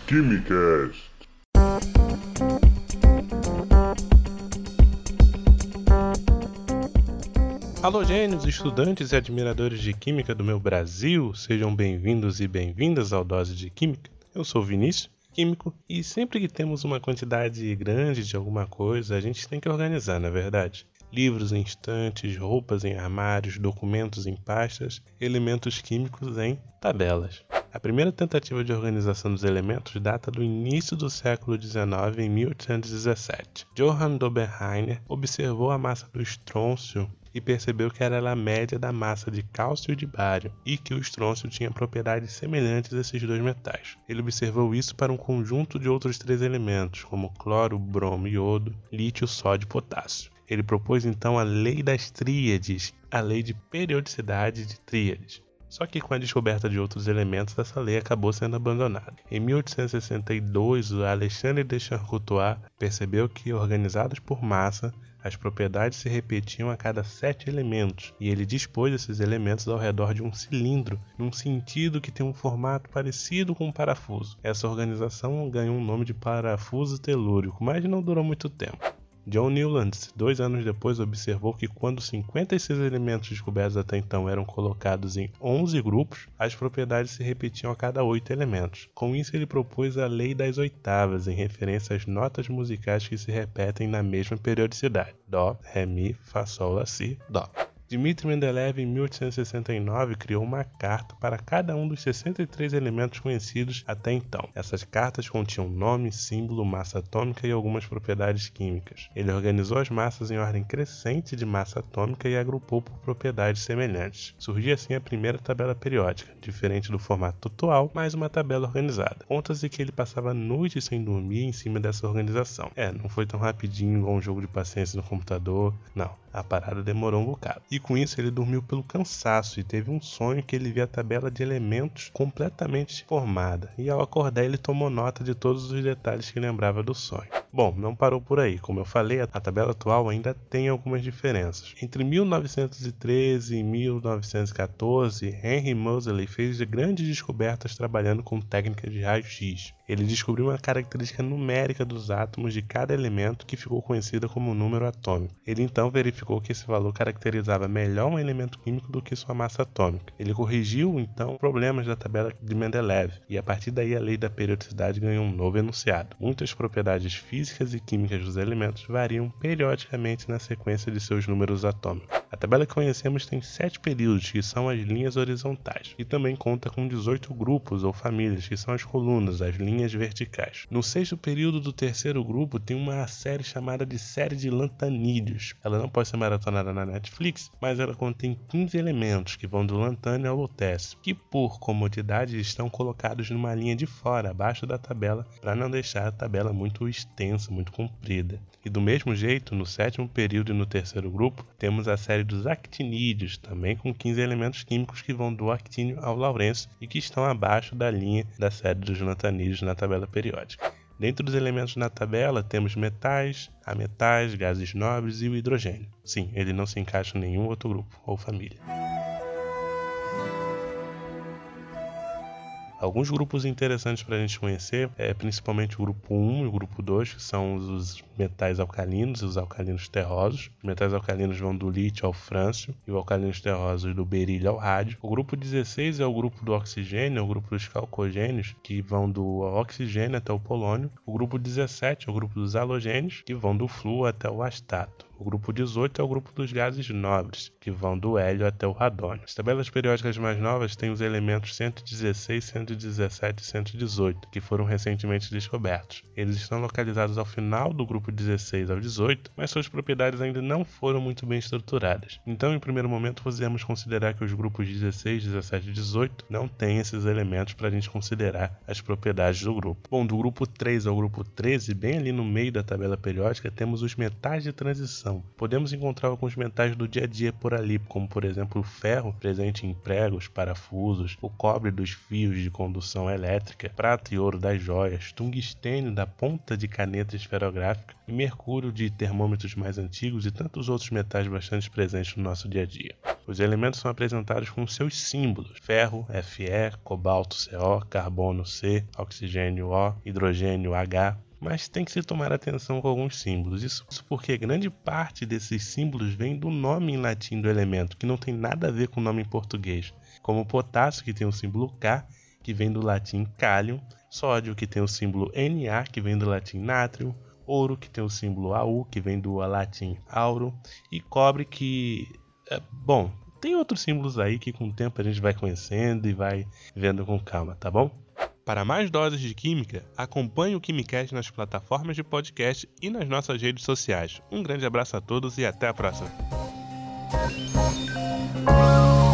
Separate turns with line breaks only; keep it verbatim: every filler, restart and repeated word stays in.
Quimicast.
Alô, gênios, estudantes e admiradores de Química do meu Brasil, sejam bem-vindos e bem-vindas ao Dose de Química. Eu sou o Vinícius, químico, e sempre que temos uma quantidade grande de alguma coisa, a gente tem que organizar, não é verdade? Livros em estantes, roupas em armários, documentos em pastas, elementos químicos em tabelas. A primeira tentativa de organização dos elementos data do início do século dezenove, em mil oitocentos e dezessete. Johann Dobereiner observou a massa do estrôncio e percebeu que era a média da massa de cálcio e de bário, e que o estrôncio tinha propriedades semelhantes a esses dois metais. Ele observou isso para um conjunto de outros três elementos, como cloro, bromo e iodo, lítio, sódio e potássio. Ele propôs então a lei das tríades, a lei de periodicidade de tríades. Só que com a descoberta de outros elementos, essa lei acabou sendo abandonada. Em mil oitocentos e sessenta e dois, o Alexandre de Charcot percebeu que, organizados por massa, as propriedades se repetiam a cada sete elementos, e ele dispôs esses elementos ao redor de um cilindro, num sentido que tem um formato parecido com um parafuso. Essa organização ganhou o nome de parafuso telúrico, mas não durou muito tempo. John Newlands, dois anos depois, observou que quando cinquenta e seis elementos descobertos até então eram colocados em onze grupos, as propriedades se repetiam a cada oito elementos. Com isso, ele propôs a lei das oitavas, em referência às notas musicais que se repetem na mesma periodicidade: Dó, Ré, Mi, Fá, Sol, Lá, Si, Dó. Dmitri Mendeleev, em mil oitocentos e sessenta e nove, criou uma carta para cada um dos sessenta e três elementos conhecidos até então. Essas cartas continham nome, símbolo, massa atômica e algumas propriedades químicas. Ele organizou as massas em ordem crescente de massa atômica e agrupou por propriedades semelhantes. Surgia assim a primeira tabela periódica, diferente do formato atual, mas uma tabela organizada. Conta-se que ele passava noites sem dormir em cima dessa organização. É, não foi tão rapidinho igual um jogo de paciência no computador, não. A parada demorou um bocado. E com isso ele dormiu pelo cansaço e teve um sonho que ele via a tabela de elementos completamente formada. E ao acordar ele tomou nota de todos os detalhes que lembrava do sonho. Bom, não parou por aí. Como eu falei, a tabela atual ainda tem algumas diferenças. Entre mil novecentos e treze e mil novecentos e quatorze, Henry Moseley fez grandes descobertas trabalhando com técnica de raio-x. Ele descobriu uma característica numérica dos átomos de cada elemento que ficou conhecida como número atômico. Ele então verificou que esse valor caracterizava melhor um elemento químico do que sua massa atômica. Ele corrigiu então problemas da tabela de Mendeleev, e a partir daí a lei da periodicidade ganhou um novo enunciado. Muitas propriedades físicas e químicas dos elementos variam periodicamente na sequência de seus números atômicos. A tabela que conhecemos tem sete períodos, que são as linhas horizontais, e também conta com dezoito grupos ou famílias, que são as colunas, as linhas verticais. No sexto período do terceiro grupo tem uma série chamada de série de lantanídeos. Ela não pode ser maratonada na Netflix, mas ela contém quinze elementos, que vão do lantânio ao lutécio, que por comodidade estão colocados numa linha de fora, abaixo da tabela, para não deixar a tabela muito extensa, muito comprida. E do mesmo jeito, no sétimo período e no terceiro grupo, temos a série dos actinídeos, também com quinze elementos químicos que vão do actínio ao laurêncio e que estão abaixo da linha da série dos lantanídeos na tabela periódica. Dentro dos elementos na tabela temos metais, ametais, gases nobres e o hidrogênio. Sim, ele não se encaixa em nenhum outro grupo ou família. Alguns grupos interessantes para a gente conhecer é principalmente o grupo um e o grupo dois, que são os metais alcalinos e os alcalinos terrosos. Os metais alcalinos vão do lítio ao frâncio e os alcalinos terrosos do berílio ao rádio. O grupo dezesseis é o grupo do oxigênio, é o grupo dos calcogênios, que vão do oxigênio até o polônio. O grupo dezessete é o grupo dos halogênios, que vão do flúor até o astato. O grupo dezoito é o grupo dos gases nobres, que vão do hélio até o radônio. As tabelas periódicas mais novas têm os elementos cento e dezesseis, cento e dezessete e cento e dezoito, que foram recentemente descobertos. Eles estão localizados ao final do grupo dezesseis ao dezoito, mas suas propriedades ainda não foram muito bem estruturadas. Então, em primeiro momento, podemos considerar que os grupos dezesseis, dezessete e dezoito não têm esses elementos para a gente considerar as propriedades do grupo. Bom, do grupo três ao grupo treze, bem ali no meio da tabela periódica, temos os metais de transição. Podemos encontrar alguns metais do dia a dia por ali, como por exemplo o ferro, presente em pregos, parafusos, o cobre dos fios de condução elétrica, prata e ouro das joias, tungstênio da ponta de caneta esferográfica e mercúrio de termômetros mais antigos e tantos outros metais bastante presentes no nosso dia a dia. Os elementos são apresentados com seus símbolos: ferro, Fe, cobalto, Co, carbono, C, oxigênio, O, hidrogênio, H. Mas tem que se tomar atenção com alguns símbolos. Isso porque grande parte desses símbolos vem do nome em latim do elemento, que não tem nada a ver com o nome em português. Como o potássio, que tem o símbolo K, que vem do latim cálium, sódio, que tem o símbolo Na, que vem do latim nátrium, ouro, que tem o símbolo Au, que vem do latim auro, e cobre, que... É, bom, tem outros símbolos aí que com o tempo a gente vai conhecendo e vai vendo com calma, tá bom? Para mais doses de química, acompanhe o Quimicast nas plataformas de podcast e nas nossas redes sociais. Um grande abraço a todos e até a próxima!